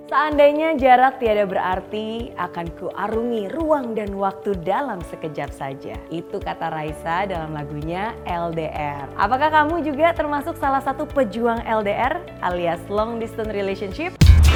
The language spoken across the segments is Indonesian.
Seandainya jarak tiada berarti, akan kuarungi ruang dan waktu dalam sekejap saja. Itu kata Raisa dalam lagunya LDR. Apakah kamu juga termasuk salah satu pejuang LDR alias long distance relationship?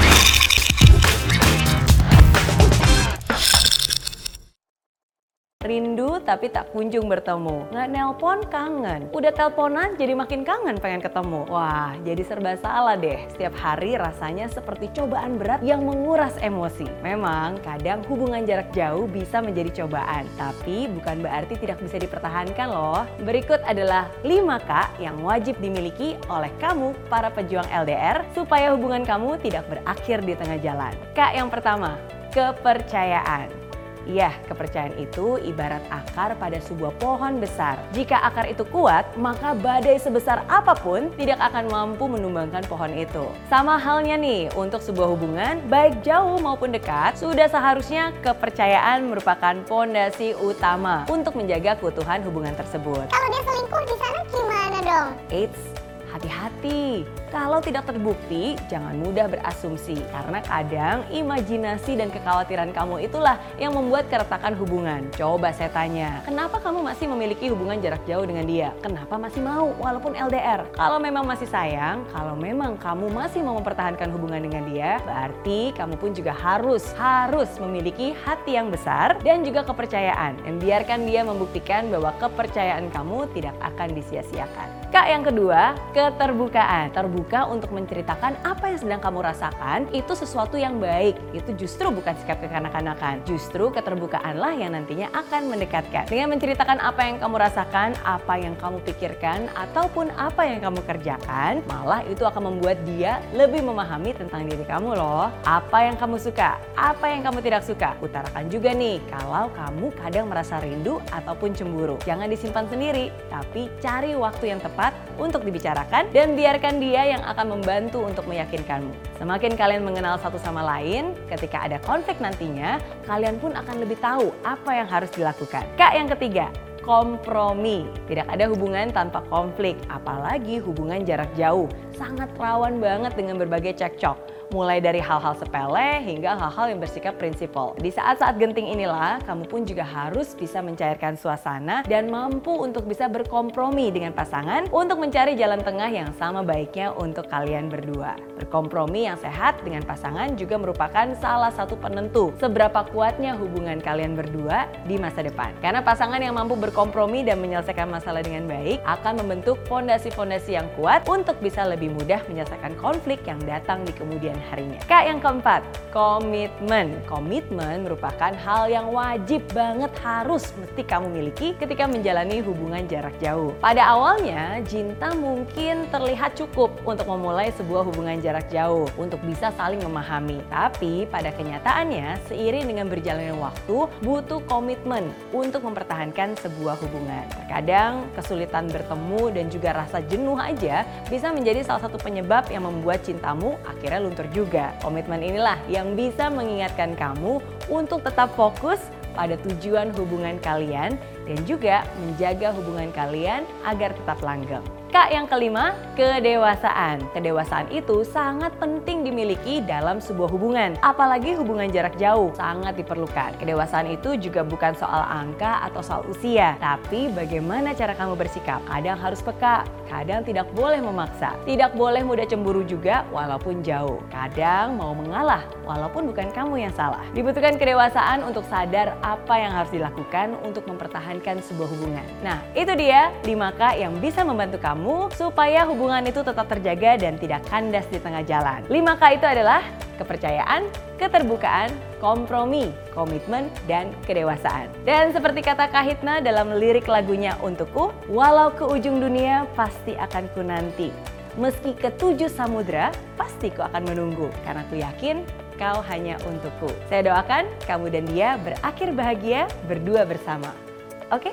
Rindu tapi tak kunjung bertemu. Nggak nelpon kangen. Udah teleponan jadi makin kangen pengen ketemu. Wah, jadi serba salah deh. Setiap hari rasanya seperti cobaan berat yang menguras emosi. Memang kadang hubungan jarak jauh bisa menjadi cobaan. Tapi bukan berarti tidak bisa dipertahankan loh. Berikut adalah 5K yang wajib dimiliki oleh kamu para pejuang LDR supaya hubungan kamu tidak berakhir di tengah jalan. K yang pertama, kepercayaan. Ya, kepercayaan itu ibarat akar pada sebuah pohon besar. Jika akar itu kuat, maka badai sebesar apapun tidak akan mampu menumbangkan pohon itu. Sama halnya nih, untuk sebuah hubungan, baik jauh maupun dekat, sudah seharusnya kepercayaan merupakan fondasi utama untuk menjaga keutuhan hubungan tersebut. Kalau dia selingkuh di sana gimana dong? Eits, hati-hati. Kalau tidak terbukti, jangan mudah berasumsi. Karena kadang imajinasi dan kekhawatiran kamu itulah yang membuat keretakan hubungan. Coba saya tanya, kenapa kamu masih memiliki hubungan jarak jauh dengan dia? Kenapa masih mau walaupun LDR? Kalau memang masih sayang, kalau memang kamu masih mau mempertahankan hubungan dengan dia, berarti kamu pun juga harus memiliki hati yang besar dan juga kepercayaan. Dan biarkan dia membuktikan bahwa kepercayaan kamu tidak akan disia-siakan. Kak yang kedua, keterbukaan. Terbuka untuk menceritakan apa yang sedang kamu rasakan itu sesuatu yang baik. Itu justru bukan sikap kekanak-kanakan. Justru keterbukaanlah yang nantinya akan mendekatkan. Dengan menceritakan apa yang kamu rasakan, apa yang kamu pikirkan, ataupun apa yang kamu kerjakan, malah itu akan membuat dia lebih memahami tentang diri kamu loh. Apa yang kamu suka, apa yang kamu tidak suka. Utarakan juga nih kalau kamu kadang merasa rindu ataupun cemburu. Jangan disimpan sendiri, tapi cari waktu yang tepat untuk dibicarakan dan biarkan dia yang akan membantu untuk meyakinkanmu. Semakin kalian mengenal satu sama lain, ketika ada konflik nantinya, kalian pun akan lebih tahu apa yang harus dilakukan. Kak yang ketiga, kompromi. Tidak ada hubungan tanpa konflik, apalagi hubungan jarak jauh. Sangat rawan banget dengan berbagai cekcok. Mulai dari hal-hal sepele hingga hal-hal yang bersikap prinsipal. Di saat-saat genting inilah, kamu pun juga harus bisa mencairkan suasana dan mampu untuk bisa berkompromi dengan pasangan untuk mencari jalan tengah yang sama baiknya untuk kalian berdua. Berkompromi yang sehat dengan pasangan juga merupakan salah satu penentu seberapa kuatnya hubungan kalian berdua di masa depan. Karena pasangan yang mampu berkompromi dan menyelesaikan masalah dengan baik akan membentuk fondasi-fondasi yang kuat untuk bisa lebih mudah menyelesaikan konflik yang datang di kemudian harinya. Kak yang keempat, komitmen. Komitmen merupakan hal yang wajib banget harus mesti kamu miliki ketika menjalani hubungan jarak jauh. Pada awalnya, cinta mungkin terlihat cukup untuk memulai sebuah hubungan jarak jauh untuk bisa saling memahami. Tapi pada kenyataannya, seiring dengan berjalannya waktu, butuh komitmen untuk mempertahankan sebuah hubungan. Terkadang kesulitan bertemu dan juga rasa jenuh aja bisa menjadi salah satu penyebab yang membuat cintamu akhirnya luntur juga. Komitmen inilah yang bisa mengingatkan kamu untuk tetap fokus pada tujuan hubungan kalian dan juga menjaga hubungan kalian agar tetap langgeng. Kak yang kelima, kedewasaan. Kedewasaan itu sangat penting dimiliki dalam sebuah hubungan. Apalagi hubungan jarak jauh, sangat diperlukan. Kedewasaan itu juga bukan soal angka atau soal usia, tapi bagaimana cara kamu bersikap. Kadang harus peka, kadang tidak boleh memaksa. Tidak boleh mudah cemburu juga walaupun jauh. Kadang mau mengalah walaupun bukan kamu yang salah. Dibutuhkan kedewasaan untuk sadar apa yang harus dilakukan untuk mempertahankan sebuah hubungan. Nah, itu dia 5K yang bisa membantu kamu supaya hubungan itu tetap terjaga dan tidak kandas di tengah jalan. 5K itu adalah kepercayaan, keterbukaan, kompromi, komitmen, dan kedewasaan. Dan seperti kata Kahitna dalam lirik lagunya Untukku, walau ke ujung dunia pasti akan ku nanti. Meski ke 7 samudra, pasti ku akan menunggu. Karena ku yakin kau hanya untukku. Saya doakan kamu dan dia berakhir bahagia berdua bersama. Oke?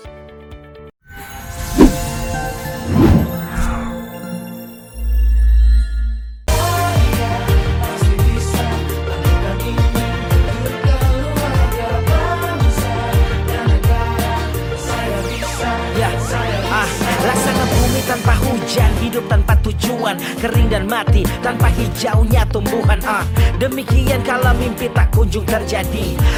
Laksana bumi tanpa hujan, hidup tanpa tujuan, kering dan mati tanpa hijaunya tumbuhan. Demikian kalau mimpi tak kunjung terjadi.